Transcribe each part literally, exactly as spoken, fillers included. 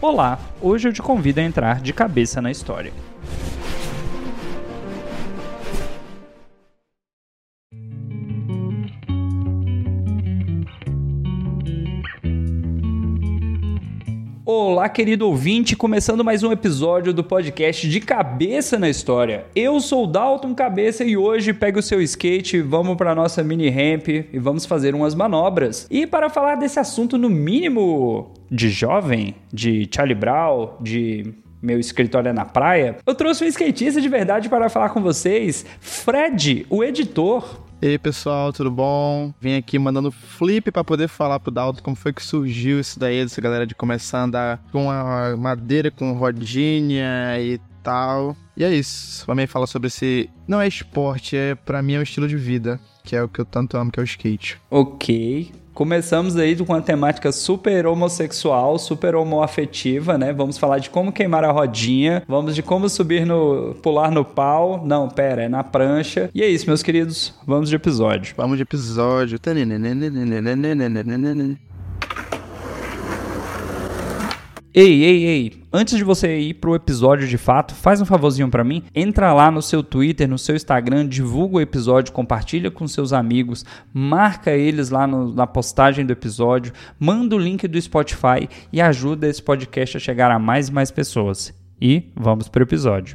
Olá, hoje eu te convido a entrar de cabeça na história. Olá, querido ouvinte, começando mais um episódio do podcast De Cabeça na História. Eu sou o Dalton Cabeça e hoje pega o seu skate, vamos para nossa mini ramp e vamos fazer umas manobras. E para falar desse assunto no mínimo de jovem, de Charlie Brown, de meu escritório é na praia, eu trouxe um skatista de verdade para falar com vocês, Fred, o editor. E aí, pessoal, tudo bom? Vim aqui mandando flip pra poder falar pro Dalton como foi que surgiu isso daí, dessa galera de começar a andar com a madeira, com rodinha e tal. E é isso, pra mim falar sobre esse... Não é esporte, é pra mim é um estilo de vida, que é o que eu tanto amo, que é o skate. Ok. Começamos aí com uma temática super homossexual, super homoafetiva, né? Vamos falar de como queimar a rodinha, vamos de como subir no... pular no pau. Não, pera, é na prancha. E é isso, meus queridos. Vamos de episódio. Vamos de episódio. Ei, ei, ei, antes de você ir pro episódio de fato, faz um favorzinho pra mim, entra lá no seu Twitter, no seu Instagram, divulga o episódio, compartilha com seus amigos, marca eles lá no, na postagem do episódio, manda o link do Spotify e ajuda esse podcast a chegar a mais e mais pessoas. E vamos pro episódio.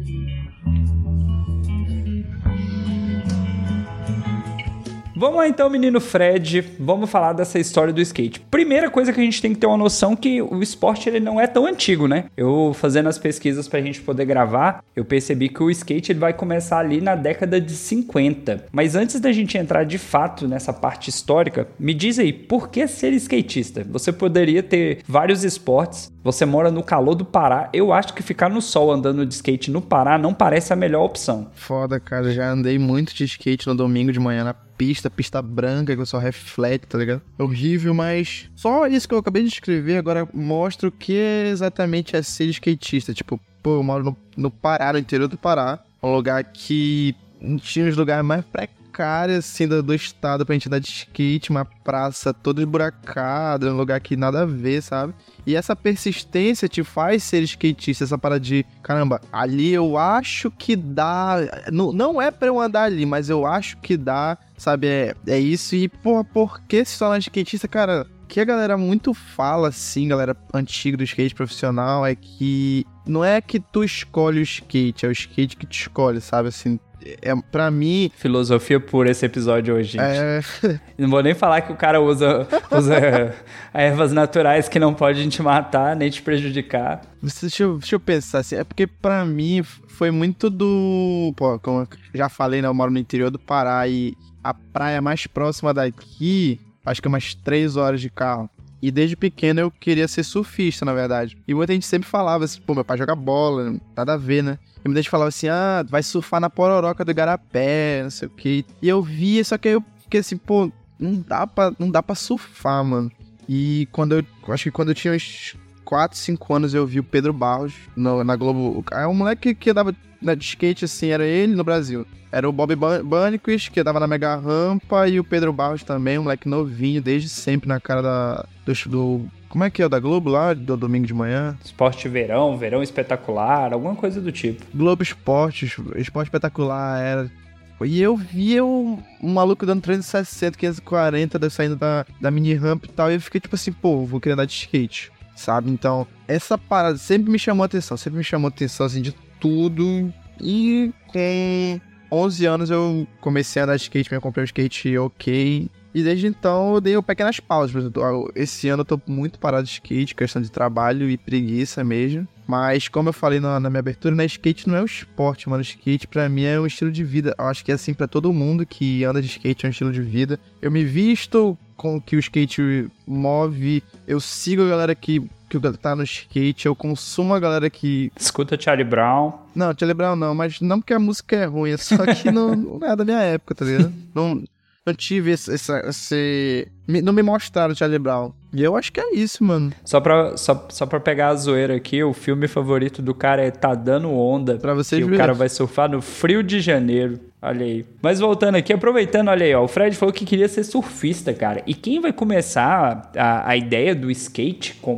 Vamos lá então, menino Fred, vamos falar dessa história do skate. Primeira coisa que a gente tem que ter uma noção que o esporte ele não é tão antigo, né? Eu fazendo as pesquisas pra gente poder gravar, eu percebi que o skate ele vai começar ali na década de cinquenta. Mas antes da gente entrar de fato nessa parte histórica, me diz aí, por que ser skatista? Você poderia ter vários esportes, você mora no calor do Pará, eu acho que ficar no sol andando de skate no Pará não parece a melhor opção. Foda, cara, já andei muito de skate no domingo de manhã na pista, pista branca, que só reflete, tá ligado? É horrível, mas só isso que eu acabei de escrever agora mostra o que exatamente é ser skatista. Tipo, pô, eu moro no, no Pará, no interior do Pará, um lugar que tinha os lugares mais precários, assim, do, do estado pra gente andar de skate, uma praça toda esburacada, um lugar que nada a ver, sabe? E essa persistência te faz ser skatista, essa parada de, caramba, ali eu acho que dá, não, não é pra eu andar ali, mas eu acho que dá, sabe, é, é isso. E, porra, por que se tornar skatista, cara? O que a galera muito fala, assim, galera antiga do skate profissional, é que não é que tu escolhe o skate, é o skate que te escolhe, sabe, assim. É, pra mim... Filosofia pura esse episódio hoje, gente. É... Não vou nem falar que o cara usa, usa ervas naturais que não podem te matar, nem te prejudicar. Deixa eu, deixa eu pensar assim, é porque pra mim foi muito do... Pô, como eu já falei, né, eu moro no interior do Pará e a praia mais próxima daqui, acho que é umas três horas de carro. E desde pequeno eu queria ser surfista, na verdade. E muita gente sempre falava assim, pô, meu pai joga bola, nada a ver, né? E muita gente falava assim, ah, vai surfar na Pororoca do Igarapé, não sei o quê. E eu via, só que aí eu fiquei assim, pô, não dá pra, não dá pra surfar, mano. E quando eu, acho que quando eu tinha uns quatro, cinco anos eu vi o Pedro Barros no, na Globo. É um moleque que andava de skate, assim, era ele no Brasil. Era o Bob Burnquist, que andava na Mega Rampa, e o Pedro Barros também, um moleque novinho, desde sempre na cara da, do, do... Como é que é o da Globo lá, do domingo de manhã? Esporte Verão, Verão Espetacular, alguma coisa do tipo. Globo Esporte, Esporte Espetacular, era... E eu via um, um maluco dando trezentos e sessenta, quinhentos e quarenta, saindo da, da mini ramp e tal, e eu fiquei tipo assim, pô, vou querer andar de skate, sabe? Então, essa parada sempre me chamou a atenção, sempre me chamou a atenção, assim, de tudo. E com onze anos eu comecei a andar de skate, me comprei um skate ok. E desde então eu dei pequenas pausas. Por exemplo, esse ano eu tô muito parado de skate, questão de trabalho e preguiça mesmo. Mas como eu falei na, na minha abertura, né, skate não é um esporte, mano. Skate pra mim é um estilo de vida. Eu acho que é assim pra todo mundo que anda de skate, é um estilo de vida. Eu me visto com o que o skate move, eu sigo a galera que... que tá no skate, eu consumo a galera que... Escuta Charlie Brown. Não, Charlie Brown não, mas não porque a música é ruim, é só que não, não é da minha época, tá ligado? Não, não tive esse, esse, esse... Não me mostraram Charlie Brown. E eu acho que é isso, mano. Só pra, só, só pra pegar a zoeira aqui, o filme favorito do cara é Tá Dando Onda. Pra vocês verem. E o cara vai surfar no Rio de Janeiro. Olha aí. Mas voltando aqui, aproveitando, olha aí, ó. O Fred falou que queria ser surfista, cara. E quem vai começar a, a ideia do skate como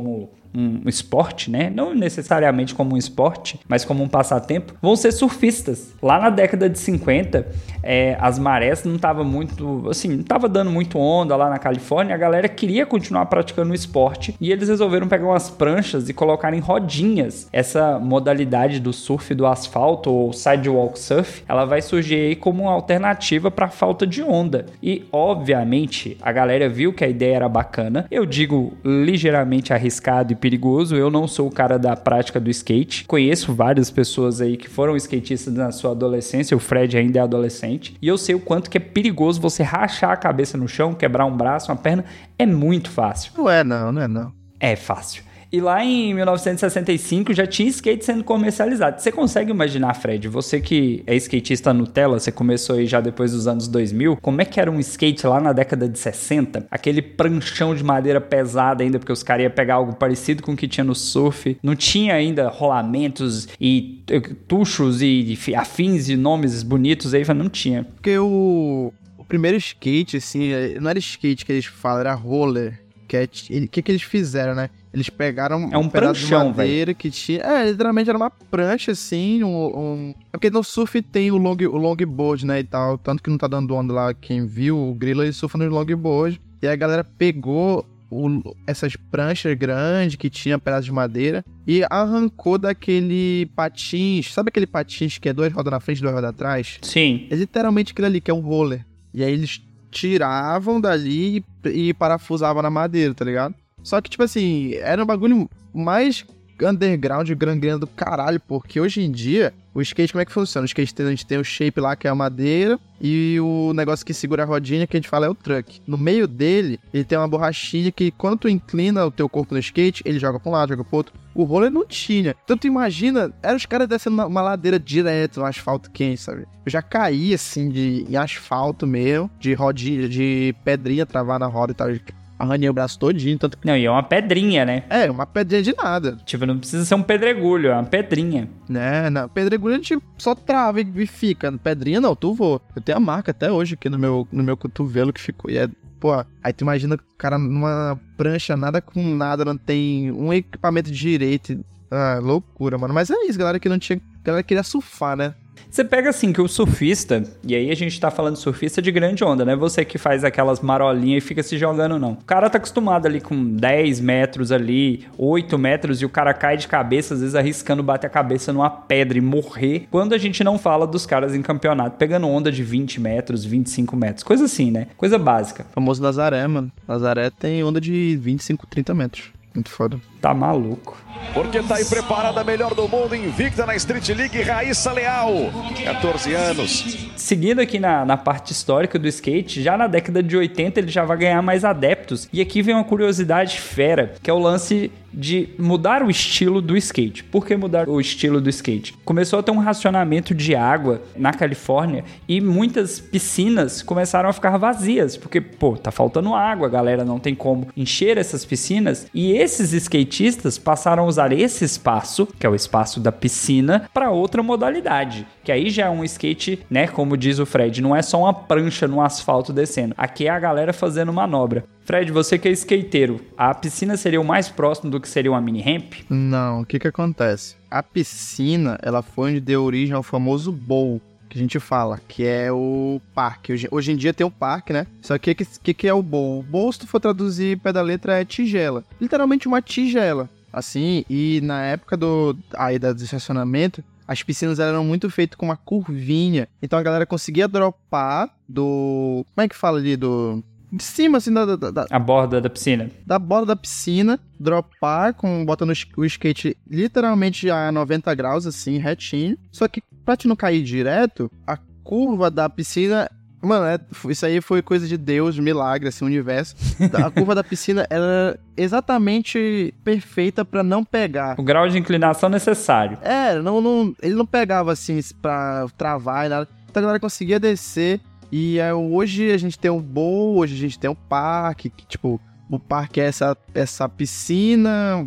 um esporte, né? Não necessariamente como um esporte, mas como um passatempo, vão ser surfistas. Lá na década de cinquenta, é, as marés não estavam muito, assim, não estava dando muito onda lá na Califórnia, a galera queria continuar praticando o esporte e eles resolveram pegar umas pranchas e colocar em rodinhas. Essa modalidade do surf do asfalto ou sidewalk surf, ela vai surgir aí como uma alternativa para a falta de onda. E, obviamente, a galera viu que a ideia era bacana. Eu digo ligeiramente arriscado e perigoso. Eu não sou o cara da prática do skate. Conheço várias pessoas aí que foram skatistas na sua adolescência. O Fred ainda é adolescente. E eu sei o quanto que é perigoso você rachar a cabeça no chão, quebrar um braço, uma perna. É muito fácil. Não é não, não é não. É fácil. E lá em mil novecentos e sessenta e cinco já tinha skate sendo comercializado. Você consegue imaginar, Fred, você que é skatista Nutella, você começou aí já depois dos anos dois mil, como é que era um skate lá na década de sessenta? Aquele pranchão de madeira pesada ainda, porque os caras iam pegar algo parecido com o que tinha no surf. Não tinha ainda rolamentos e tuchos e afins de nomes bonitos aí, não tinha. Porque o, o primeiro skate, assim, não era skate que eles falam, era roller. O que, que, que eles fizeram, né? Eles pegaram é um, um pedaço pranchão, de madeira véio. que tinha... É, literalmente era uma prancha, assim, um... um... É porque no surf tem o, long, o longboard, né, e tal. Tanto que não tá dando onda lá, quem viu, o Grilo, ele surfa no longboard. E a galera pegou o, essas pranchas grandes que tinha pedaço de madeira e arrancou daquele patins... Sabe aquele patins que é duas rodas na frente e duas rodas atrás? Sim. É literalmente aquilo ali, que é um roller. E aí eles tiravam dali e, e parafusavam na madeira, tá ligado? Só que, tipo assim, era um bagulho mais underground, grangrena do caralho, porque hoje em dia, o skate, como é que funciona? O skate, a gente tem o shape lá, que é a madeira, e o negócio que segura a rodinha, que a gente fala é o truck. No meio dele, ele tem uma borrachinha que, quando tu inclina o teu corpo no skate, ele joga pra um lado, joga pro outro. O roller não tinha. Então, tu imagina, eram os caras descendo uma, uma ladeira direto no asfalto quente, sabe? Eu já caí, assim, de, em asfalto mesmo, de rodinha, de pedrinha travar na roda e tal. Arranhei o braço todinho, tanto que... Não, e é uma pedrinha, né? É, uma pedrinha de nada. Tipo, não precisa ser um pedregulho, é uma pedrinha. Né, não. Pedregulho a gente só trava e fica. Pedrinha não, tu voa. Eu tenho a marca até hoje aqui no meu, no meu cotovelo que ficou. E é, pô, aí tu imagina o cara numa prancha, nada com nada, não tem um equipamento direito. Ah, loucura, mano. Mas é isso, galera que não tinha... Galera queria surfar, né? Você pega assim que o surfista, e aí a gente tá falando de surfista de grande onda, não é você que faz aquelas marolinhas e fica se jogando, não. O cara tá acostumado ali com dez metros ali, oito metros, e o cara cai de cabeça, às vezes arriscando bater a cabeça numa pedra e morrer, quando a gente não fala dos caras em campeonato, pegando onda de vinte metros, vinte e cinco metros, coisa assim, né? Coisa básica. O famoso Nazaré, mano. Nazaré tem onda de vinte e cinco, trinta metros. Muito foda. Tá maluco. Porque tá aí preparada a melhor do mundo, invicta na Street League, Raíssa Leal, catorze anos. Seguindo aqui na, na parte histórica do skate, já na década de oitenta ele já vai ganhar mais adeptos. E aqui vem uma curiosidade fera, que é o lance de mudar o estilo do skate. Por que mudar o estilo do skate? Começou a ter um racionamento de água na Califórnia e muitas piscinas começaram a ficar vazias, porque, pô, tá faltando água, a galera não tem como encher essas piscinas, e esses skatistas passaram a usar esse espaço, que é o espaço da piscina, para outra modalidade, que aí já é um skate, né, como diz o Fred, não é só uma prancha no asfalto descendo, aqui é a galera fazendo manobra. Fred, você que é skateiro, a piscina seria o mais próximo do que seria uma mini ramp? Não, o que que acontece? A piscina, ela foi onde deu origem ao famoso bowl, que a gente fala, que é o parque. Hoje, hoje em dia tem o parque, né? Só que o que, que é o bowl? O bowl, se tu for traduzir pé da letra, é tigela. Literalmente uma tigela. Assim, e na época do, aí, do estacionamento, as piscinas eram muito feitas com uma curvinha. Então a galera conseguia dropar do... Como é que fala ali? Do... De cima, assim, da, da, da... A borda da piscina. Da borda da piscina, dropar, com, botando o skate literalmente a noventa graus, assim, retinho. Só que pra te não cair direto, a curva da piscina... Mano, é, isso aí foi coisa de Deus, milagre, assim, o universo. A curva da piscina era exatamente perfeita pra não pegar. O grau de inclinação necessário. É, não, não, ele não pegava, assim, pra travar e nada. Então a galera conseguia descer. E é, hoje a gente tem um bowl, hoje a gente tem um parque, que, tipo, o parque é essa, essa piscina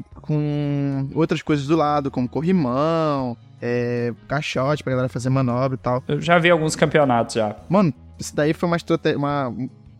com outras coisas do lado, como corrimão, é, caixote pra galera fazer manobra e tal. Eu já vi alguns campeonatos já. Mano, isso daí foi uma estratégia, uma,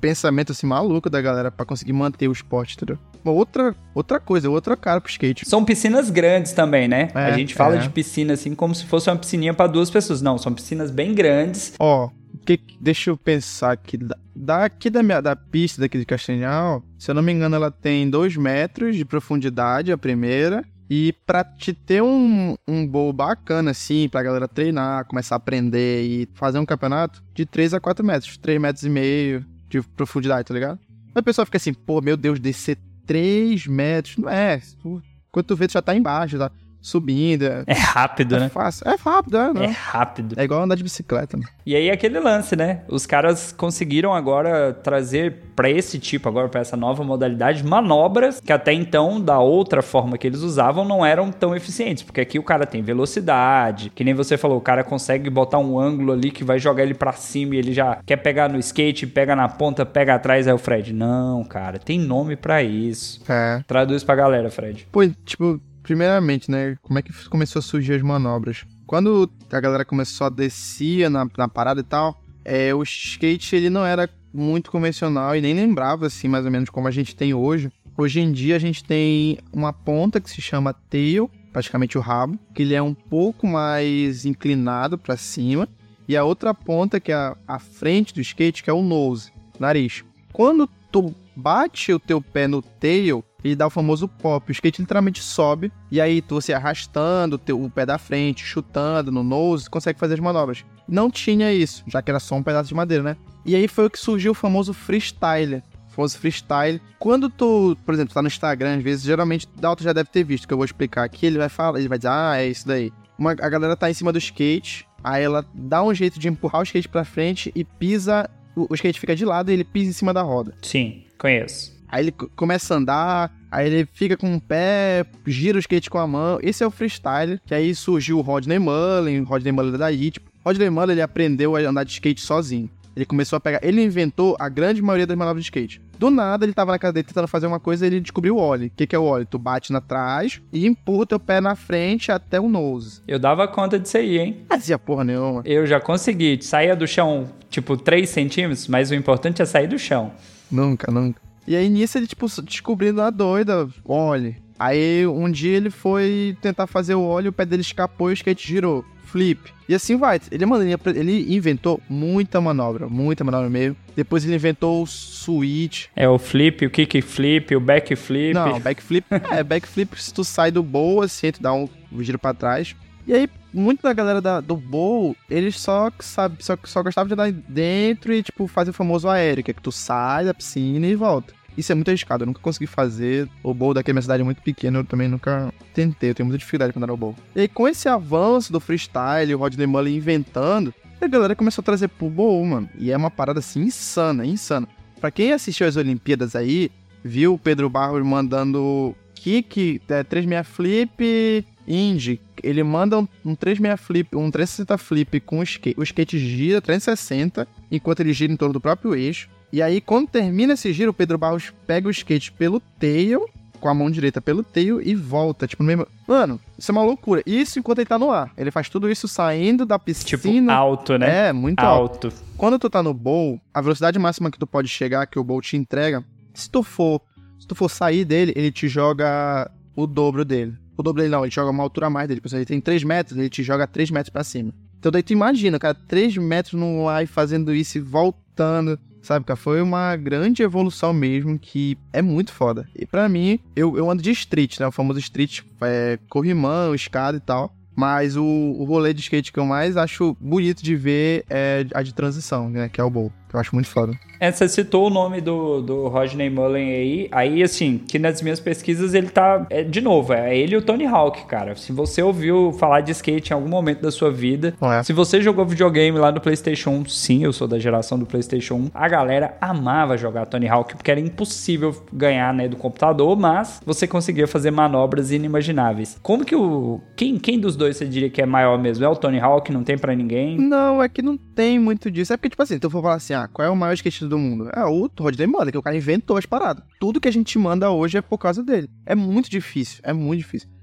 pensamento assim maluco da galera pra conseguir manter o esporte, entendeu? Uma outra, outra coisa, outra cara pro skate. São piscinas grandes também, né? É, a gente fala é. de piscina assim como se fosse uma piscininha pra duas pessoas. Não, são piscinas bem grandes. Ó, que, deixa eu pensar aqui. Daqui da, minha, da pista daqui de Castanhal, se eu não me engano, ela tem dois metros de profundidade, a primeira. E pra te ter um, um bowl bacana, assim, pra galera treinar, começar a aprender e fazer um campeonato, de três a quatro metros, três metros e meio de profundidade, tá ligado? Aí o pessoal fica assim, pô, meu Deus, descer três metros, não é? Quando tu vê, tu já tá embaixo, tá subindo. É, é rápido, é né? Fácil. É rápido, é, não. É rápido. É igual andar de bicicleta, né? E aí aquele lance, né? Os caras conseguiram agora trazer pra esse tipo, agora pra essa nova modalidade, manobras que até então, da outra forma que eles usavam, não eram tão eficientes. Porque aqui o cara tem velocidade, que nem você falou, o cara consegue botar um ângulo ali que vai jogar ele pra cima e ele já quer pegar no skate, pega na ponta, pega atrás, aí o Fred, não, cara, tem nome pra isso. É. Traduz pra galera, Fred. Pô, tipo, primeiramente, né, como é que começou a surgir as manobras? Quando a galera começou a descer na, na parada e tal, é, o skate, ele não era muito convencional e nem lembrava, assim, mais ou menos como a gente tem hoje. Hoje em dia, a gente tem uma ponta que se chama tail, praticamente o rabo, que ele é um pouco mais inclinado para cima, e a outra ponta, que é a, a frente do skate, que é o nose, nariz. Quando tu bate o teu pé no tail, ele dá o famoso pop. O skate literalmente sobe, e aí tu, você arrastando o, teu, o pé da frente, chutando no nose, consegue fazer as manobras. Não tinha isso, já que era só um pedaço de madeira, né? E aí foi o que surgiu o famoso freestyle. O famoso freestyle. Quando tu, por exemplo, tá no Instagram, às vezes, geralmente, Dalton já deve ter visto, que eu vou explicar aqui, ele vai falar, ele vai dizer, ah, é isso daí. Uma, a galera tá em cima do skate, aí ela dá um jeito de empurrar o skate pra frente e pisa, o, o skate fica de lado e ele pisa em cima da roda. Sim, conheço. Aí ele começa a andar, aí ele fica com o pé, gira o skate com a mão. Esse é o freestyle, que aí surgiu o Rodney Mullen, o Rodney Mullen daí, tipo, Rodney Mullen, ele aprendeu a andar de skate sozinho. Ele começou a pegar, ele inventou a grande maioria das manobras de skate. Do nada, ele tava na casa dele tentando fazer uma coisa e ele descobriu o ollie. O que que é o ollie? Tu bate na trás e empurra teu pé na frente até o nose. Eu dava conta disso aí, hein? Fazia porra nenhuma. Eu já consegui. Saía do chão, tipo, três centímetros, mas o importante é sair do chão. Nunca, nunca. E aí, nisso, ele, tipo, descobrindo a doida, ollie. Aí, um dia, ele foi tentar fazer o ollie, o pé dele escapou e o skate girou. Flip. E assim vai. Ele, mano, ele, ele inventou muita manobra, muita manobra mesmo. Depois ele inventou o switch. É o flip, o kick flip, o back flip. Não, backflip. é, backflip, se tu sai do bowl, assim, tu dá um giro pra trás. E aí, muito da galera da, do bowl, eles só, sabe, só, só gostavam de andar dentro e, tipo, fazer o famoso aéreo, que é que tu sai da piscina e volta. Isso é muito arriscado, eu nunca consegui fazer. O bowl daqui, a minha cidade é muito pequena, eu também nunca tentei, eu tenho muita dificuldade pra andar no bowl. E aí, com esse avanço do freestyle, o Rodney Mullen inventando, a galera começou a trazer pro bowl, mano. E é uma parada, assim, insana, insana. Pra quem assistiu as Olimpíadas aí, viu o Pedro Barros mandando kick, é, três sessenta flip, Indy. Ele manda um, um três sessenta flip, um trezentos e sessenta flip com o skate. O skate gira trezentos e sessenta, enquanto ele gira em torno do próprio eixo. E aí, quando termina esse giro, o Pedro Barros pega o skate pelo tail, com a mão direita pelo tail e volta, tipo, no mesmo... Mano, isso é uma loucura. Isso enquanto ele tá no ar. Ele faz tudo isso saindo da piscina. Tipo, alto, né? É, muito alto. alto. Quando tu tá no bowl, a velocidade máxima que tu pode chegar, que o bowl te entrega, se tu for, se tu for sair dele, ele te joga o dobro dele. O dobro dele não, ele joga uma altura a mais dele. Por exemplo, ele tem três metros, ele te joga três metros pra cima. Então daí tu imagina, cara, três metros no ar e fazendo isso e voltando... Sabe, cara, foi uma grande evolução mesmo, que é muito foda. E pra mim, eu, eu ando de street, né? O famoso street, é, corrimão, escada e tal. Mas o, o rolê de skate que eu mais acho bonito de ver é a de transição, né? Que é o bowl, que eu acho muito foda. É, você citou o nome do, do Rodney Mullen aí. Aí, assim, que nas minhas pesquisas ele tá... É, de novo, é ele e o Tony Hawk, cara. Se você ouviu falar de skate em algum momento da sua vida... É. Se você jogou videogame lá no PlayStation um... Sim, eu sou da geração do PlayStation um. A galera amava jogar Tony Hawk, porque era impossível ganhar, né, do computador, mas você conseguia fazer manobras inimagináveis. Como que o... Quem, quem dos dois você diria que é maior mesmo? É o Tony Hawk? Não tem pra ninguém? Não, é que não tem muito disso. É porque, tipo assim, se eu for falar assim, ah, qual é o maior skate do mundo? É o Rodney Mullen, que o cara inventou as paradas. Tudo que a gente manda hoje é por causa dele. É muito difícil, é muito difícil.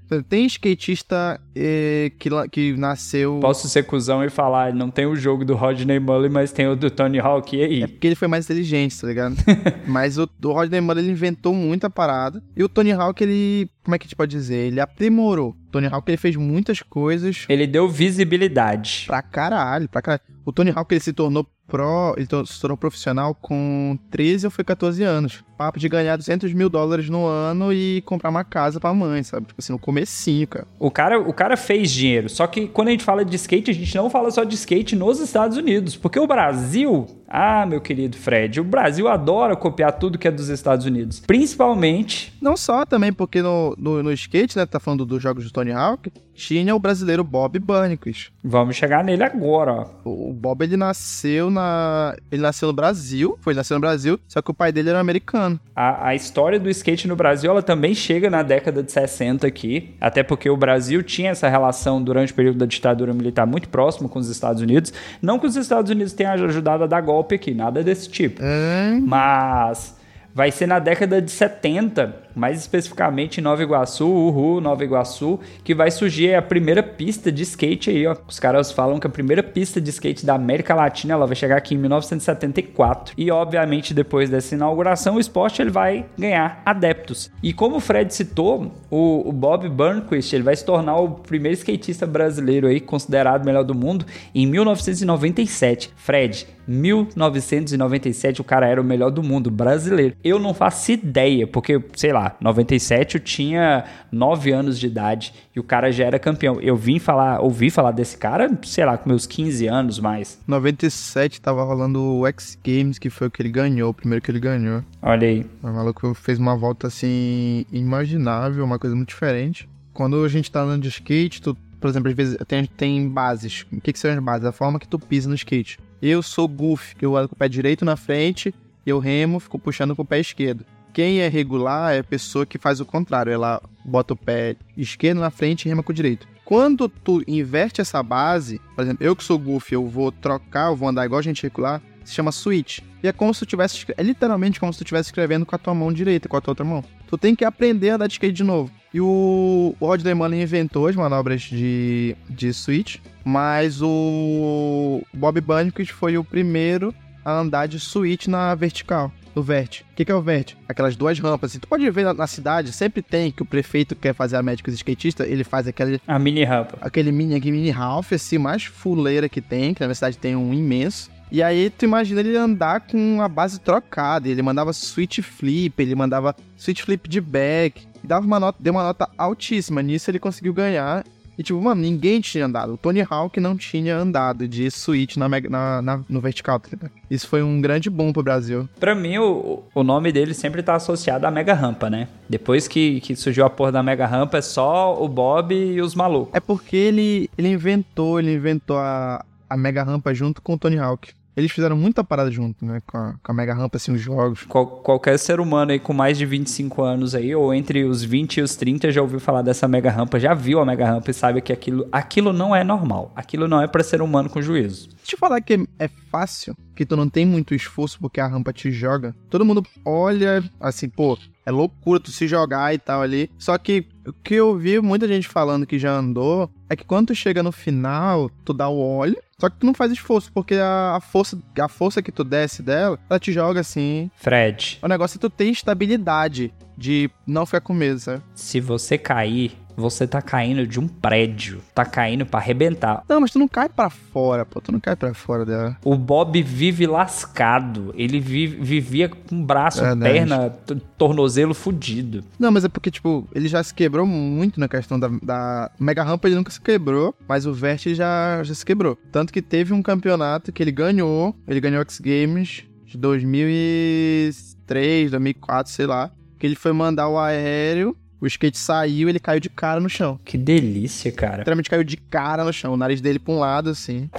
Tem skatista eh, que, que nasceu... Posso ser cuzão e falar, não tem o jogo do Rodney Mullen, mas tem o do Tony Hawk, e aí? É porque ele foi mais inteligente, tá ligado? Mas o, o Rodney Mullen, ele inventou muita parada. E o Tony Hawk, ele... Como é que a gente pode dizer? Ele aprimorou. O Tony Hawk, ele fez muitas coisas... Ele deu visibilidade. Pra caralho, pra caralho. O Tony Hawk, ele se tornou pro... Ele se tornou profissional com treze ou foi catorze anos. Papo de ganhar duzentos mil dólares no ano e comprar uma casa pra mãe, sabe? Tipo assim, no comecinho, cara. O cara, o cara fez dinheiro. Só que quando a gente fala de skate, a gente não fala só de skate nos Estados Unidos. Porque o Brasil... Ah, meu querido Fred, o Brasil adora copiar tudo que é dos Estados Unidos. Principalmente... Não só também, porque no, no, no skate, né, tá falando dos jogos do Tony Hawk, tinha o brasileiro Bob Burnquist. Vamos chegar nele agora, ó. O, o Bob, ele nasceu na... Ele nasceu no Brasil, foi nasceu no Brasil, só que o pai dele era americano. A, a história do skate no Brasil, ela também chega na década de sessenta aqui, até porque o Brasil tinha essa relação durante o período da ditadura militar muito próximo com os Estados Unidos. Não que os Estados Unidos tenham ajudado a dar golpe aqui, nada desse tipo. Hum. Mas vai ser na década de setenta, mais especificamente em Nova Iguaçu, uhul, Nova Iguaçu, que vai surgir a primeira pista de skate aí, ó. Os caras falam que a primeira pista de skate da América Latina, ela vai chegar aqui em mil novecentos e setenta e quatro. E, obviamente, depois dessa inauguração, o esporte ele vai ganhar adeptos. E como o Fred citou, o, o Bob Burnquist, ele vai se tornar o primeiro skatista brasileiro aí, considerado o melhor do mundo, em mil novecentos e noventa e sete. Fred, mil novecentos e noventa e sete, o cara era o melhor do mundo, brasileiro. Eu não faço ideia, porque, sei lá, noventa e sete eu tinha nove anos de idade e o cara já era campeão. Eu vim falar, ouvi falar desse cara, sei lá, com meus quinze anos mais. noventa e sete tava rolando o X Games, que foi o que ele ganhou, o primeiro que ele ganhou. Olha aí. O maluco fez uma volta assim, inimaginável, uma coisa muito diferente. Quando a gente tá andando de skate, tu, por exemplo, às vezes tem, tem bases. O que que são as bases? A forma que tu pisa no skate. Eu sou goofy, que eu ando com o pé direito na frente, eu remo, fico puxando com o pé esquerdo. Quem é regular é a pessoa que faz o contrário. Ela bota o pé esquerdo na frente e rema com o direito. Quando tu inverte essa base, por exemplo, eu que sou goofy, eu vou trocar, eu vou andar igual a gente regular, se chama switch. E é como se tu tivesse, é literalmente como se tu estivesse escrevendo com a tua mão direita, com a tua outra mão. Tu tem que aprender a andar de skate de novo. E o, o Rodney Mullen inventou as manobras de, de switch, mas o Bob Burnquist foi o primeiro a andar de switch na vertical. O vert. O que, que é o vert? Aquelas duas rampas. Assim, tu pode ver na, na cidade, sempre tem que o prefeito quer fazer a média com os skatistas, ele faz aquele... A mini rampa. Aquele mini, aquele mini half, assim, mais fuleira que tem, que na cidade tem um imenso. E aí tu imagina ele andar com a base trocada, ele mandava switch flip, ele mandava switch flip de back, e dava uma nota, deu uma nota altíssima. Nisso ele conseguiu ganhar. E tipo, mano, ninguém tinha andado. O Tony Hawk não tinha andado de switch na, na, na, no vertical. Isso foi um grande boom pro Brasil. Pra mim, o, o nome dele sempre tá associado à mega rampa, né? Depois que, que surgiu a porra da mega rampa, é só o Bob e os malucos. É porque ele, ele inventou, ele inventou a, a mega rampa junto com o Tony Hawk. Eles fizeram muita parada junto, né? Com a, com a mega rampa, assim, os jogos. Qual, qualquer ser humano aí com mais de vinte e cinco anos aí, ou entre os vinte e os trinta, já ouviu falar dessa mega rampa, já viu a mega rampa e sabe que aquilo, aquilo não é normal. Aquilo não é pra ser humano com juízo. Deixa eu falar que é fácil, que tu não tem muito esforço porque a rampa te joga. Todo mundo olha, assim, pô, é loucura tu se jogar e tal ali. Só que o que eu vi muita gente falando que já andou é que quando tu chega no final, tu dá o óleo, só que tu não faz esforço, porque a, a, força, a força que tu desce dela, ela te joga assim. Fred. O negócio é tu ter estabilidade de não ficar com medo, sabe? Se você cair, você tá caindo de um prédio. Tá caindo pra arrebentar. Não, mas tu não cai pra fora, pô. Tu não cai pra fora dela. O Bob vive lascado. Ele vive, vivia com braço, é, perna, t- tornozelo fudido. Não, mas é porque, tipo, ele já se quebrou muito na questão da... da... Mega rampa ele nunca se quebrou, mas o Vert já, já se quebrou. Tanto que teve um campeonato que ele ganhou. Ele ganhou X Games de dois mil e três, dois mil e quatro, sei lá. Que ele foi mandar o aéreo... O skate saiu e ele caiu de cara no chão. Que delícia, cara. Literalmente caiu de cara no chão. O nariz dele pra um lado, assim.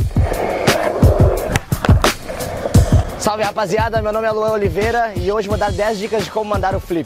Salve, rapaziada. Meu nome é Luan Oliveira e hoje vou dar dez dicas de como mandar o flip.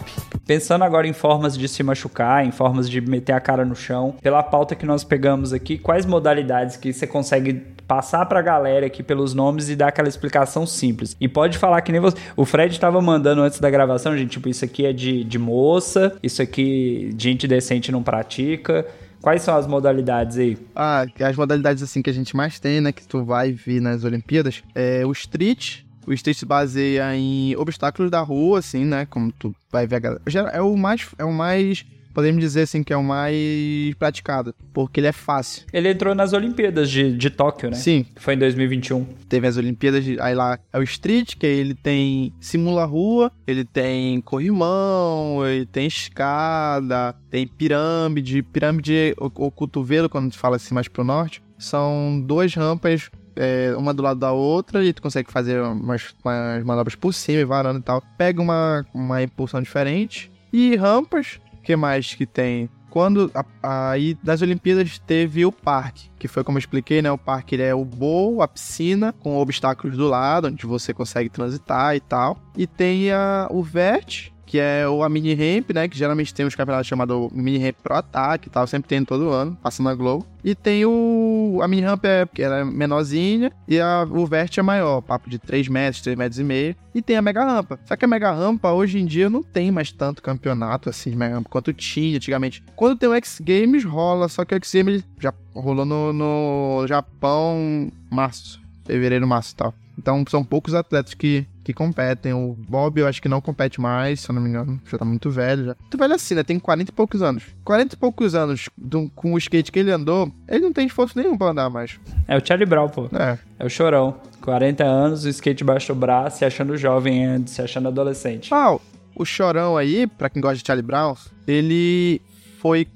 Pensando agora em formas de se machucar, em formas de meter a cara no chão, pela pauta que nós pegamos aqui, quais modalidades que você consegue passar pra galera aqui pelos nomes e dar aquela explicação simples? E pode falar que nem você... O Fred tava mandando antes da gravação, gente, tipo, isso aqui é de, de moça, isso aqui gente decente não pratica. Quais são as modalidades aí? Ah, as modalidades assim que a gente mais tem, né, que tu vai ver nas Olimpíadas, é o street. O street se baseia em obstáculos da rua, assim, né, como tu vai ver a galera. É o mais, é o mais, podemos dizer assim, que é o mais praticado, porque ele é fácil. Ele entrou nas Olimpíadas de, de Tóquio, né? Sim. Foi em dois mil e vinte e um. Teve as Olimpíadas, de, aí lá é o street, que ele tem simula rua, ele tem corrimão, ele tem escada, tem pirâmide, pirâmide ou cotovelo, quando a gente fala assim mais pro norte, são duas rampas, é, uma do lado da outra, e tu consegue fazer umas, umas manobras por cima e varando e tal. Pega uma, uma impulsão diferente. E rampas, o que mais que tem? Quando aí nas Olimpíadas teve o parque, que foi como eu expliquei, né? O parque ele é o bowl, a piscina, com obstáculos do lado, onde você consegue transitar e tal. E tem a, o vert, que é o, a mini ramp, né? Que geralmente tem uns campeonatos chamados mini ramp pro ataque e tal, sempre tem todo ano, passando na Globo. E tem o... a mini ramp é, ela é menorzinha e a, o vert é maior, papo de três metros, três metros e meio. E tem a mega rampa. Só que a mega rampa, hoje em dia, não tem mais tanto campeonato assim de mega rampa quanto tinha antigamente. Quando tem o X Games, rola, só que o X Games já rolou no, no Japão, março, fevereiro, março e tal. Então são poucos atletas que, que competem. O Bob eu acho que não compete mais, se eu não me engano. Já tá muito velho já. Muito velho assim, né? Tem quarenta e poucos anos. quarenta e poucos anos do, com o skate que ele andou, ele não tem esforço nenhum pra andar mais. É o Charlie Brown, pô. É. É o chorão. quarenta anos, o skate baixo do braço, se achando jovem, se achando adolescente. Ah, o chorão aí, pra quem gosta de Charlie Brown, ele foi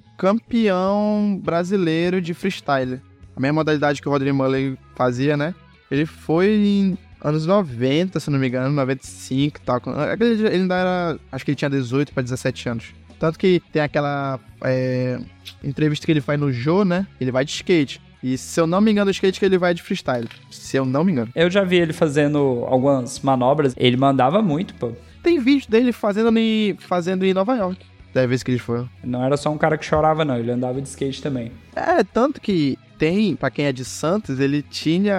campeão brasileiro de freestyle. A mesma modalidade que o Rodrigo Mullen fazia, né? Ele foi em anos noventa, se não me engano, noventa e cinco e tal. Ele ainda era, acho que ele tinha dezoito para dezessete anos. Tanto que tem aquela é, entrevista que ele faz no Jô, né? Ele vai de skate. E se eu não me engano, o skate que ele vai de freestyle. Se eu não me engano. Eu já vi ele fazendo algumas manobras. Ele mandava muito, pô. Tem vídeo dele fazendo em, fazendo em Nova York. Da vez que ele foi. Não era só um cara que chorava, não. Ele andava de skate também. É, tanto que tem, pra quem é de Santos, ele tinha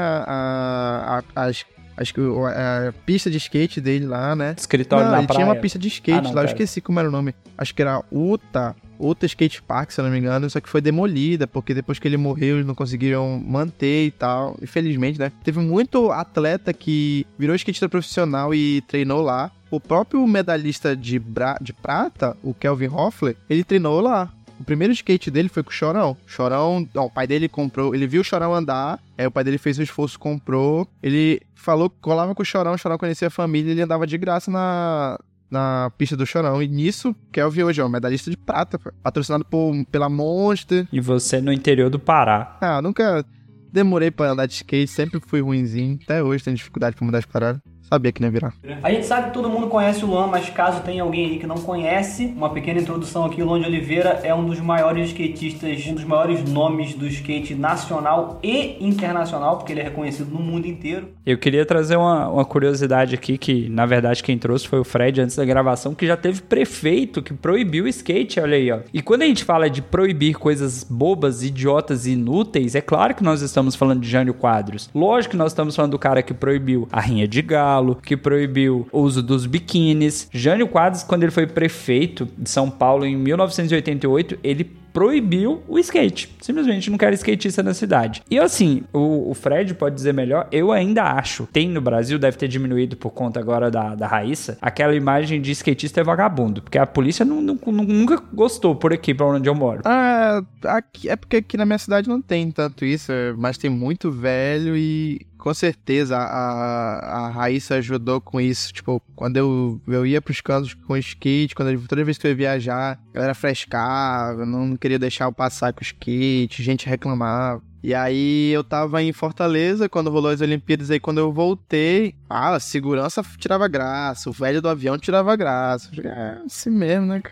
a, a, as, acho que a, a pista de skate dele lá, né? Escritório não, na ele praia. tinha uma pista de skate ah, não, lá, cara. eu esqueci como era o nome. Acho que era Uta, Uta Skate Park, se eu não me engano, só que foi demolida, porque depois que ele morreu, eles não conseguiram manter e tal. Infelizmente, né? Teve muito atleta que virou skatista profissional e treinou lá. O próprio medalhista de, bra... de prata, o Kelvin Hoffler, ele treinou lá. O primeiro skate dele foi com o Chorão. Chorão, não, o pai dele comprou, ele viu o Chorão andar, aí o pai dele fez o esforço, comprou. Ele falou que colava com o Chorão, o Chorão conhecia a família, ele andava de graça na, na pista do Chorão. E nisso, Kelvin hoje é um medalhista de prata, patrocinado por, pela Monster. E você no interior do Pará. Ah, nunca demorei pra andar de skate, sempre fui ruinzinho. Até hoje tenho dificuldade pra mudar as paradas. Sabia que não ia virar. A gente sabe que todo mundo conhece o Luan, mas caso tenha alguém aí que não conhece, uma pequena introdução aqui, o Luan de Oliveira é um dos maiores skatistas, um dos maiores nomes do skate nacional e internacional, porque ele é reconhecido no mundo inteiro. Eu queria trazer uma, uma curiosidade aqui, que na verdade quem trouxe foi o Fred antes da gravação, que já teve prefeito que proibiu o skate, olha aí, ó. E quando a gente fala de proibir coisas bobas, idiotas e inúteis, é claro que nós estamos falando de Jânio Quadros. Lógico que nós estamos falando do cara que proibiu a rinha de galo, que proibiu o uso dos biquínis. Jânio Quadros, quando ele foi prefeito de São Paulo em mil novecentos e oitenta e oito, ele proibiu o skate. Simplesmente não quero skatista na cidade. E assim, o, o Fred pode dizer melhor, eu ainda acho, tem no Brasil, deve ter diminuído por conta agora da, da Raíssa, aquela imagem de skatista é vagabundo, porque a polícia não, não, nunca gostou por aqui, pra onde eu moro. Ah, aqui, é porque aqui na minha cidade não tem tanto isso, mas tem muito velho e com certeza a, a Raíssa ajudou com isso. Tipo, quando eu, eu ia pros cantos com skate, quando eu, toda vez que eu ia viajar, a galera frescava, não queria deixar eu passar com skate, gente reclamava. E aí eu tava em Fortaleza quando rolou as Olimpíadas, aí quando eu voltei, ah, a segurança tirava graça, o velho do avião tirava graça. É assim mesmo, né, cara?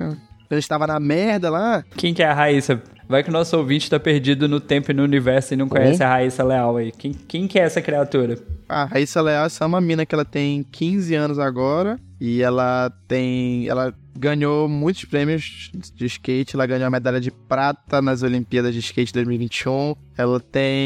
Quando a gente tava na merda lá... Quem que é a Raíssa? Vai que o nosso ouvinte tá perdido no tempo e no universo e não conhece é? a Raíssa Leal aí. Quem, quem que é essa criatura? A Raíssa Leal é uma mina que ela tem quinze anos agora e ela tem... Ela ganhou muitos prêmios de skate. Ela ganhou a medalha de prata nas Olimpíadas de Skate dois mil e vinte e um. Ela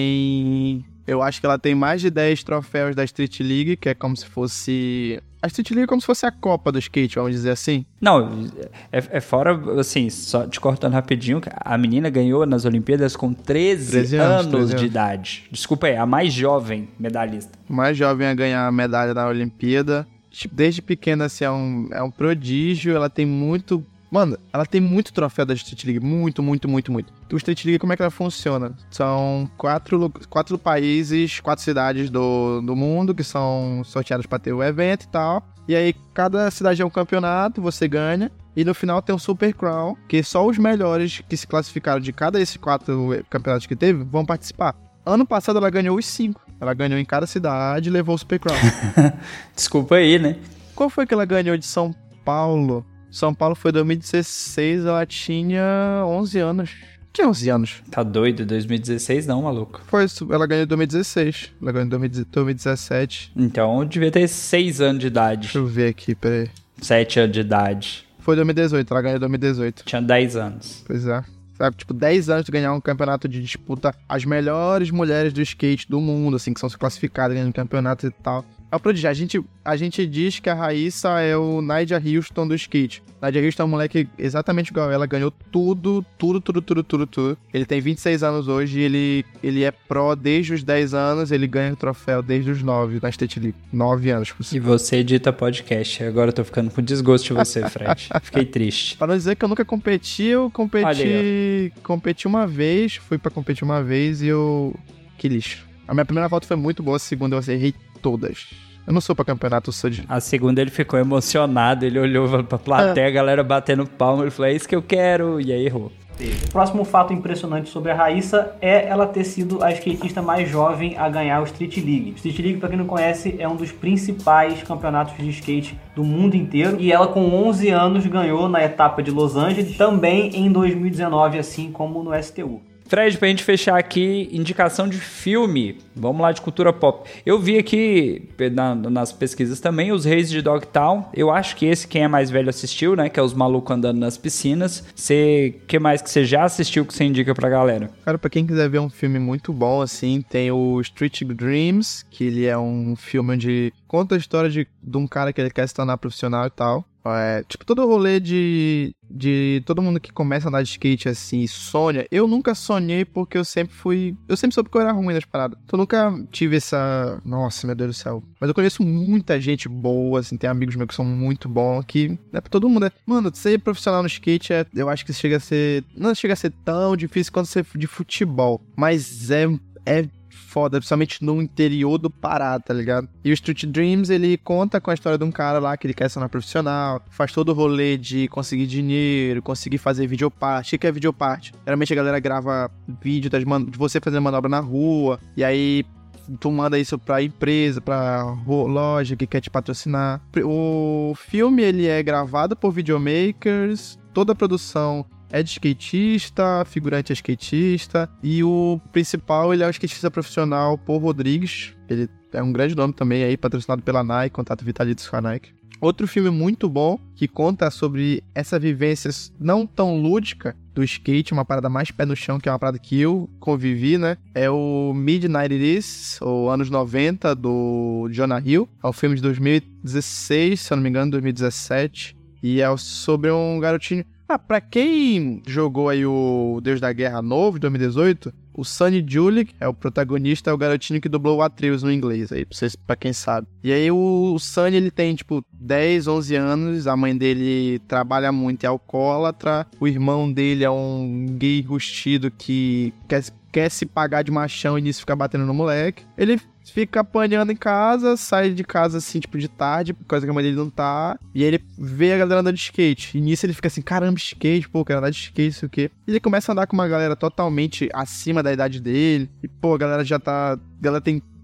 tem... Eu acho que ela tem mais de dez troféus da Street League, que é como se fosse... A Street League é como se fosse a Copa do skate, vamos dizer assim. Não, é, é fora, assim, só te cortando rapidinho, a menina ganhou nas Olimpíadas com treze anos, treze anos de idade. Desculpa aí, a mais jovem medalhista. Mais jovem a ganhar a medalha na Olimpíada. Desde pequena, assim, é um, é um prodígio. Ela tem muito... Mano, ela tem muito troféu da Street League. Muito, muito, muito, muito. O Street League, como é que ela funciona? São quatro, quatro países, quatro cidades do, do mundo que são sorteadas pra ter o evento e tal. E aí, cada cidade é um campeonato, você ganha. E no final tem um Super Crown, que só os melhores que se classificaram de cada desses quatro campeonatos que teve vão participar. Ano passado ela ganhou os cinco. Ela ganhou em cada cidade e levou o Super Crown. Desculpa aí, né? Qual foi que ela ganhou de São Paulo? São Paulo foi dois mil e dezesseis, ela tinha onze anos. Tinha onze anos. Tá doido? dois mil e dezesseis não, maluco. Foi isso, ela ganhou em dois mil e dezesseis. Ela ganhou em dois mil e dezessete. Então devia ter seis anos de idade. Deixa eu ver aqui, peraí. sete anos de idade. Foi dois mil e dezoito, ela ganhou em dois mil e dezoito. Tinha dez anos. Pois é. Sabe, tipo, dez anos de ganhar um campeonato de disputa as melhores mulheres do skate do mundo, assim, que são se classificadas ganhando campeonato e tal. É o prodígio. A gente, a gente diz que a Raíssa é o Nydia Houston do skate. Nydia Houston é um moleque exatamente igual ela, ganhou tudo, tudo, tudo, tudo, tudo, tudo. Ele tem vinte e seis anos hoje e ele, ele é pró desde os dez anos, ele ganha o troféu desde os nove na State League. nove anos. E você edita podcast. Agora eu tô ficando com desgosto de você, Fred. Fiquei triste. Pra não dizer que eu nunca competi, eu competi, competi uma vez, fui pra competir uma vez e eu... Que lixo. A minha primeira volta foi muito boa, a segunda eu errei todas. Eu não sou pra campeonato, eu sou de... A segunda ele ficou emocionado, ele olhou pra plateia, é. A galera batendo palma, ele falou, é isso que eu quero, e aí errou. O próximo fato impressionante sobre a Raíssa é ela ter sido a skatista mais jovem a ganhar o Street League. Street League, pra quem não conhece, é um dos principais campeonatos de skate do mundo inteiro. E ela, com onze anos, ganhou na etapa de Los Angeles, também em dois mil e dezenove, assim como no S T U. Fred, pra gente fechar aqui, indicação de filme. Vamos lá de cultura pop. Eu vi aqui na, nas pesquisas também Os Reis de Dogtown. Eu acho que esse quem é mais velho assistiu, né? Que é os malucos andando nas piscinas. Você, que mais que você já assistiu que você indica pra galera? Cara, pra quem quiser ver um filme muito bom, assim, tem o Street Dreams, que ele é um filme onde conta a história de, de um cara que ele quer se tornar profissional e tal. É, tipo, todo o rolê de, de todo mundo que começa a andar de skate assim, sonha. Eu nunca sonhei porque eu sempre fui... Eu sempre soube que eu era ruim nas paradas. Então eu nunca tive essa... Nossa, meu Deus do céu. Mas eu conheço muita gente boa, assim, tem amigos meus que são muito bons, que é pra todo mundo. É... Mano, ser profissional no skate, é, eu acho que chega a ser... Não chega a ser tão difícil quanto ser de futebol. Mas é... é foda, principalmente no interior do Pará, tá ligado? E o Street Dreams, ele conta com a história de um cara lá que ele quer ser um profissional, faz todo o rolê de conseguir dinheiro, conseguir fazer videoparte. O que é videoparte? Geralmente a galera grava vídeo das man- de você fazendo manobra na rua, e aí tu manda isso pra empresa, pra loja que quer te patrocinar. O filme, ele é gravado por videomakers, toda a produção é de skatista, figurante é skatista, e o principal, ele é o skatista profissional Paul Rodrigues. Ele é um grande nome também aí, patrocinado pela Nike, contato vitalício com a Nike. Outro filme muito bom, que conta sobre essa vivência não tão lúdica do skate, uma parada mais pé no chão, que é uma parada que eu convivi, né? É o Mid-nineties, ou anos noventa, do Jonah Hill. É um filme de dois mil e dezesseis, se eu não me engano, dois mil e dezessete. E é sobre um garotinho... Ah, pra quem jogou aí o Deus da Guerra novo, de dois mil e dezoito, o Sonny Julick é o protagonista, é o garotinho que dublou o Atreus no inglês, aí, pra, vocês, pra quem sabe. E aí o, o Sonny, ele tem, tipo, dez, onze anos, a mãe dele trabalha muito, é alcoólatra, o irmão dele é um gay rustido que quer, quer se pagar de machão e nisso fica batendo no moleque. Ele fica apanhando em casa, sai de casa assim, tipo, de tarde, por causa que a mãe dele não tá, e aí ele vê a galera andando de skate, e nisso ele fica assim, caramba, skate, pô, quero andar de skate, isso o quê. E ele começa a andar com uma galera totalmente acima da idade dele, e pô, a galera já tá, a galera tem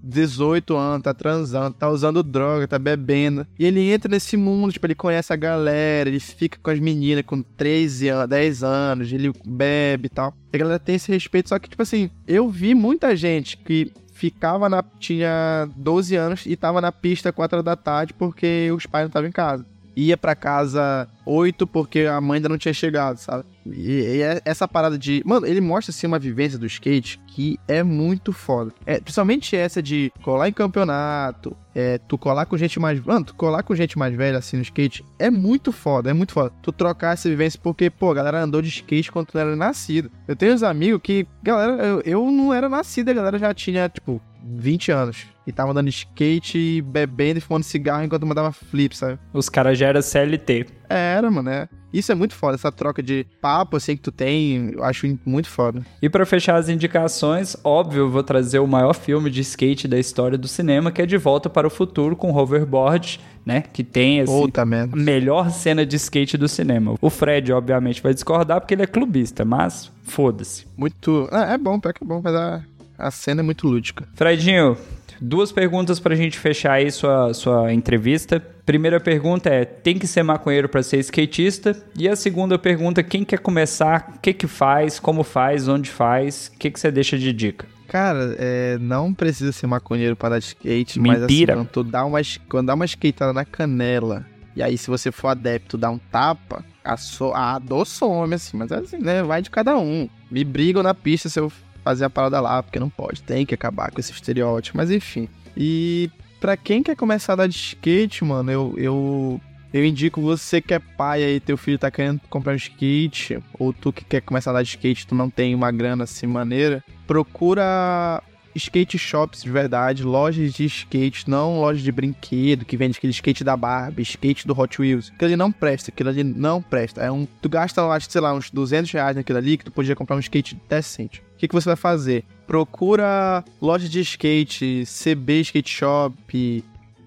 dezoito anos, tá transando, tá usando droga, tá bebendo. E ele entra nesse mundo, tipo, ele conhece a galera, ele fica com as meninas com treze anos, dez anos, ele bebe e tal. E a galera tem esse respeito, só que, tipo assim, eu vi muita gente que ficava na... tinha doze anos e tava na pista quatro horas da tarde porque os pais não estavam em casa. Ia pra casa oito porque a mãe ainda não tinha chegado, sabe? E, e essa parada de... Mano, ele mostra, assim, uma vivência do skate que é muito foda. É, principalmente essa de colar em campeonato, é, tu colar com gente mais... Mano, tu colar com gente mais velha, assim, no skate, é muito foda, é muito foda. Tu trocar essa vivência porque, pô, a galera andou de skate quando tu não era nascido. Eu tenho uns amigos que... Galera, eu, eu não era nascido, a galera já tinha, tipo, vinte anos. E tava andando de skate, bebendo e fumando cigarro enquanto mandava flip, sabe? Os caras já eram C L T. É, era, mano, é. Isso é muito foda, essa troca de papo, assim, que tu tem, eu acho muito foda. E pra fechar as indicações, óbvio, eu vou trazer o maior filme de skate da história do cinema, que é De Volta para o Futuro, com Hoverboard, né? Que tem, assim, a melhor cena de skate do cinema. O Fred, obviamente, vai discordar, porque ele é clubista, mas foda-se. Muito... Ah, é bom, pior que é bom, mas a, a cena é muito lúdica. Fredinho... Duas perguntas pra gente fechar aí sua, sua entrevista. Primeira pergunta é, tem que ser maconheiro pra ser skatista? E a segunda pergunta, quem quer começar, o que que faz, como faz, onde faz, o que que você deixa de dica? Cara, é, não precisa ser maconheiro para dar skate, Mentira. Mas assim, quando, tu dá uma, quando dá uma skateada na canela, e aí se você for adepto, dá um tapa, a, so, a dor some, assim, mas assim, né, vai de cada um. Me brigam na pista se eu fazer a parada lá, porque não pode, tem que acabar com esse estereótipo, mas enfim. E pra quem quer começar a dar de skate, mano, eu, eu, eu indico você que é pai aí, teu filho tá querendo comprar um skate, ou tu que quer começar a dar de skate, tu não tem uma grana assim maneira, procura skate shops de verdade, lojas de skate, não lojas de brinquedo, que vende aquele skate da Barbie, skate do Hot Wheels. Aquilo ali não presta, aquilo ali não presta. É um, tu gasta, acho que, sei lá, uns duzentos reais naquilo ali, que tu podia comprar um skate decente. O que, que você vai fazer? Procura loja de skate, C B Skate Shop,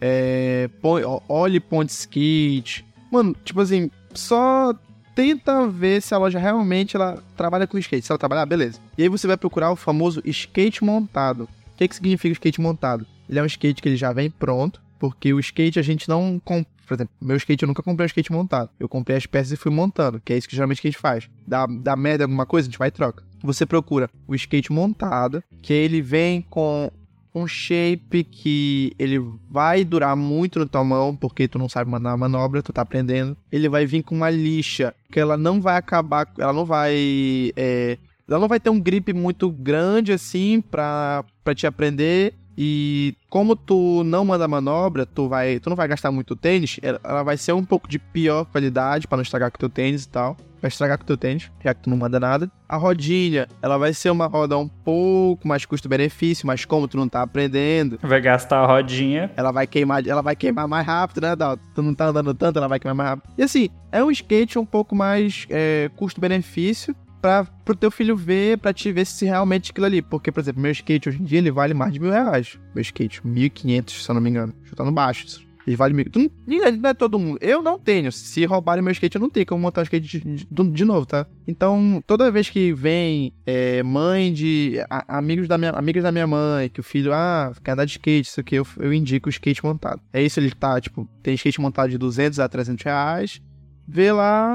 é, Olhe Ponte Skate. Mano, tipo assim, só tenta ver se a loja realmente ela trabalha com skate. Se ela trabalhar, beleza. E aí você vai procurar o famoso skate montado. O que, que significa o skate montado? Ele é um skate que ele já vem pronto, porque o skate a gente não compra. Por exemplo, meu skate eu nunca comprei um skate montado. Eu comprei as peças e fui montando, que é isso que geralmente a gente faz. Dá, dá merda alguma coisa, a gente vai e troca. Você procura o skate montado, que ele vem com um shape que ele vai durar muito na tua mão, porque tu não sabe mandar a manobra, tu tá aprendendo. Ele vai vir com uma lixa, que ela não vai acabar, ela não vai... É, ela não vai ter um grip muito grande assim pra, pra te aprender. E como tu não manda manobra, tu, vai, tu não vai gastar muito tênis, ela vai ser um pouco de pior qualidade pra não estragar com teu tênis e tal. Vai estragar com teu tênis, já que tu não manda nada. A rodinha, ela vai ser uma roda um pouco mais custo-benefício, mas como tu não tá aprendendo... Vai gastar a rodinha. Ela vai queimar, ela vai queimar mais rápido, né, Dalton? Tu não tá andando tanto, ela vai queimar mais rápido. E assim, é um skate um pouco mais é, custo-benefício, Pra, pro teu filho ver, pra te ver se realmente aquilo ali. Porque, por exemplo, meu skate hoje em dia, ele vale mais de mil reais. Meu skate, mil e quinhentos, se eu não me engano. Chutando baixo. Ele vale mil. Tu não, não é todo mundo. Eu não tenho. Se roubarem meu skate, eu não tenho como montar um skate de, de, de novo, tá? Então, toda vez que vem é, mãe de... A, amigos da minha, amigas da minha mãe, que o filho, ah, quer andar de skate, isso aqui, eu, eu indico o skate montado. É isso, ele tá, tipo, tem skate montado de duzentos a trezentos reais. Vê lá...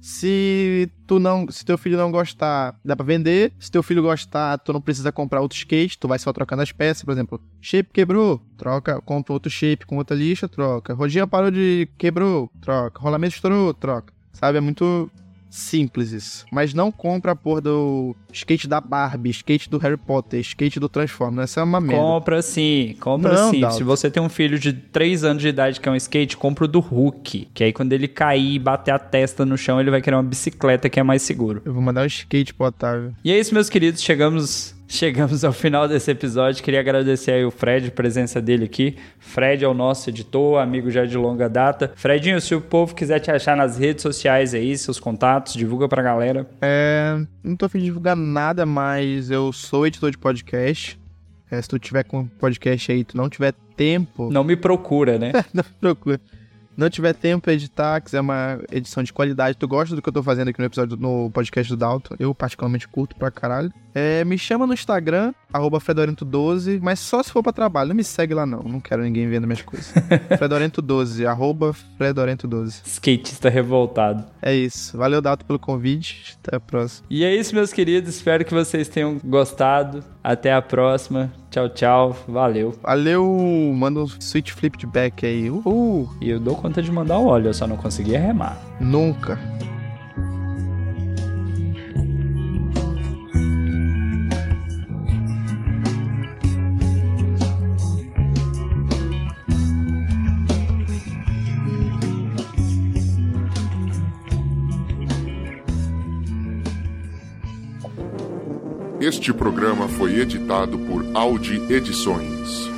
Se tu não, se teu filho não gostar, dá pra vender. Se teu filho gostar, tu não precisa comprar outro skate, tu vai só trocando as peças. Por exemplo, shape quebrou, troca, compra outro shape com outra lixa, troca. Rodinha parou de quebrou, troca. Rolamento estourou, troca. Sabe, é muito simples isso. Mas não compra a porra do skate da Barbie, skate do Harry Potter, skate do Transformers. Essa é uma merda. Compra sim, compra não, sim. Dalton. Se você tem um filho de três anos de idade que é um skate, compra o do Hulk. Que aí quando ele cair e bater a testa no chão, ele vai querer uma bicicleta que é mais seguro. Eu vou mandar um skate pro Otávio. E é isso, meus queridos. Chegamos... Chegamos ao final desse episódio. Queria agradecer aí o Fred, a presença dele aqui. Fred é o nosso editor, amigo já de longa data. Fredinho, se o povo quiser te achar nas redes sociais aí, seus contatos, divulga pra galera. É, não tô a fim de divulgar nada, mas eu sou editor de podcast. É, se tu tiver com podcast aí, tu não tiver tempo... Não me procura, né? Não me procura. não tiver tempo pra editar, quiser uma edição de qualidade, tu gosta do que eu tô fazendo aqui no episódio, no podcast do Dalton, eu particularmente curto pra caralho, é, me chama no Instagram, arroba fredorento doze, mas só se for pra trabalho, não me segue lá não, não quero ninguém vendo minhas coisas. fredorento doze, arroba fredorento doze. Skatista revoltado. É isso, valeu Dalton pelo convite, até a próxima. E é isso, meus queridos, espero que vocês tenham gostado, até a próxima, tchau, tchau, valeu. Valeu, manda um switch flip de back aí, uhul. E eu dou conta de mandar o óleo, eu só não consegui remar. Nunca. Este programa foi editado por Audi Edições.